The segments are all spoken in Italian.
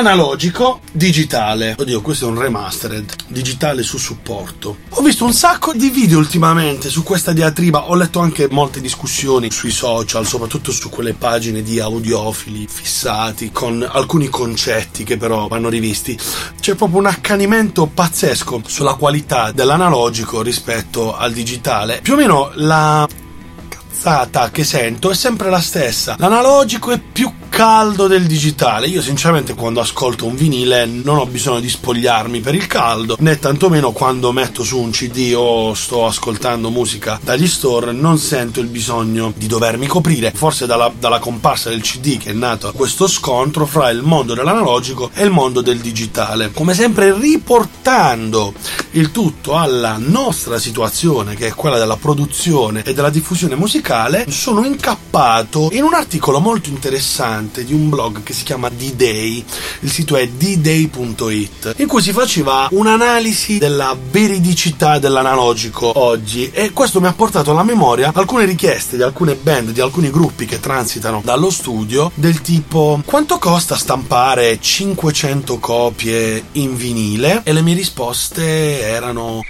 Analogico, digitale. Oddio, questo è un remastered. Digitale su supporto. Ho visto un sacco di video ultimamente su questa diatriba. Ho letto anche molte discussioni sui social, soprattutto su quelle pagine di audiofili fissati con alcuni concetti che però vanno rivisti. C'è proprio un accanimento pazzesco sulla qualità dell'analogico rispetto al digitale. Più o meno la cazzata che sento è sempre la stessa. L'analogico è più caldo del digitale. Io sinceramente quando ascolto un vinile non ho bisogno di spogliarmi per il caldo, né tantomeno quando metto su un CD o sto ascoltando musica dagli store non sento il bisogno di dovermi coprire. Forse dalla comparsa del CD che è nato questo scontro fra il mondo dell'analogico e il mondo del digitale, come sempre riportando il tutto alla nostra situazione, che è quella della produzione e della diffusione musicale. Sono incappato in un articolo molto interessante di un blog che si chiama D-Day, il sito è dday.it, in cui si faceva un'analisi della veridicità dell'analogico oggi, e questo mi ha portato alla memoria alcune richieste di alcune band, di alcuni gruppi che transitano dallo studio, del tipo: quanto costa stampare 500 copie in vinile? E le mie risposte erano: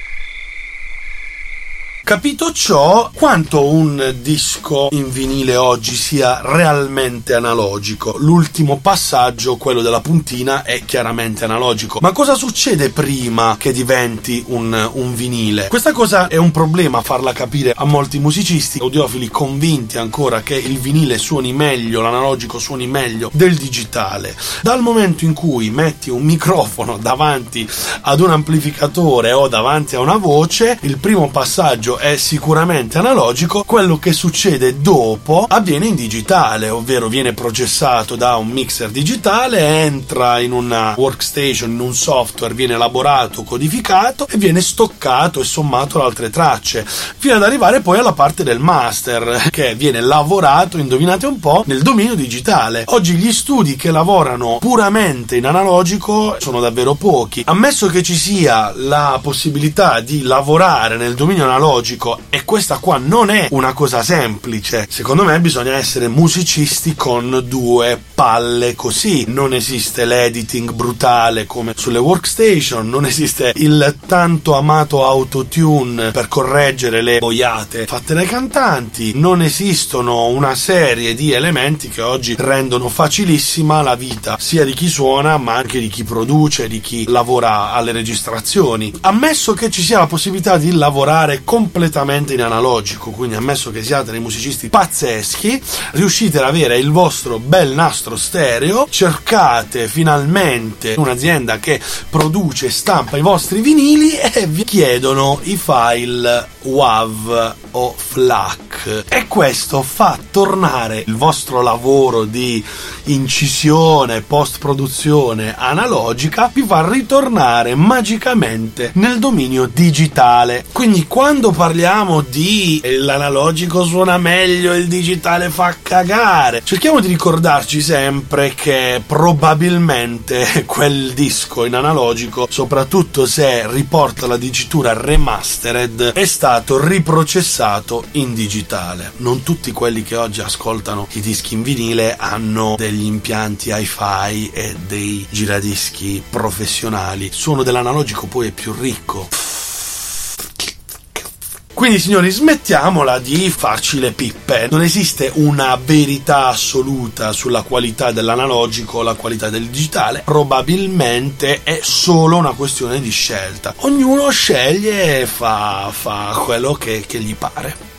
capito ciò, quanto un disco in vinile oggi sia realmente analogico. L'ultimo passaggio, quello della puntina, è chiaramente analogico. Ma cosa succede prima che diventi un vinile? Questa cosa è un problema farla capire a molti musicisti audiofili convinti ancora che il vinile suoni meglio, l'analogico suoni meglio del digitale. Dal momento in cui metti un microfono davanti ad un amplificatore o davanti a una voce, il primo passaggio è sicuramente analogico. Quello che succede dopo avviene in digitale, ovvero viene processato da un mixer digitale, entra in una workstation, in un software, viene elaborato, codificato e viene stoccato e sommato ad altre tracce, fino ad arrivare poi alla parte del master, che viene lavorato, indovinate un po', nel dominio digitale. Oggi gli studi che lavorano puramente in analogico sono davvero pochi. Ammesso che ci sia la possibilità di lavorare nel dominio analogico, e questa qua non è una cosa semplice, secondo me bisogna essere musicisti con due palle così. Non esiste l'editing brutale come sulle workstation, non esiste il tanto amato autotune per correggere le boiate fatte dai cantanti, non esistono una serie di elementi che oggi rendono facilissima la vita sia di chi suona ma anche di chi produce, di chi lavora alle registrazioni. Ammesso che ci sia la possibilità di lavorare completamente in analogico, quindi ammesso che siate dei musicisti pazzeschi, riuscite ad avere il vostro bel nastro stereo, cercate finalmente un'azienda che produce e stampa i vostri vinili e vi chiedono i file WAV o FLAC, e questo fa tornare il vostro lavoro di incisione, post produzione analogica, vi fa ritornare magicamente nel dominio digitale. Quindi quando parliamo di l'analogico suona meglio, il digitale fa cagare, cerchiamo di ricordarci sempre che probabilmente quel disco in analogico, soprattutto se riporta la dicitura remastered, è stato riprocessato in digitale. Non tutti quelli che oggi ascoltano i dischi in vinile hanno degli impianti hi-fi e dei giradischi professionali. Il suono dell'analogico poi è più ricco. Quindi signori, smettiamola di farci le pippe. Non esiste una verità assoluta sulla qualità dell'analogico o la qualità del digitale. Probabilmente è solo una questione di scelta. Ognuno sceglie e fa quello che gli pare.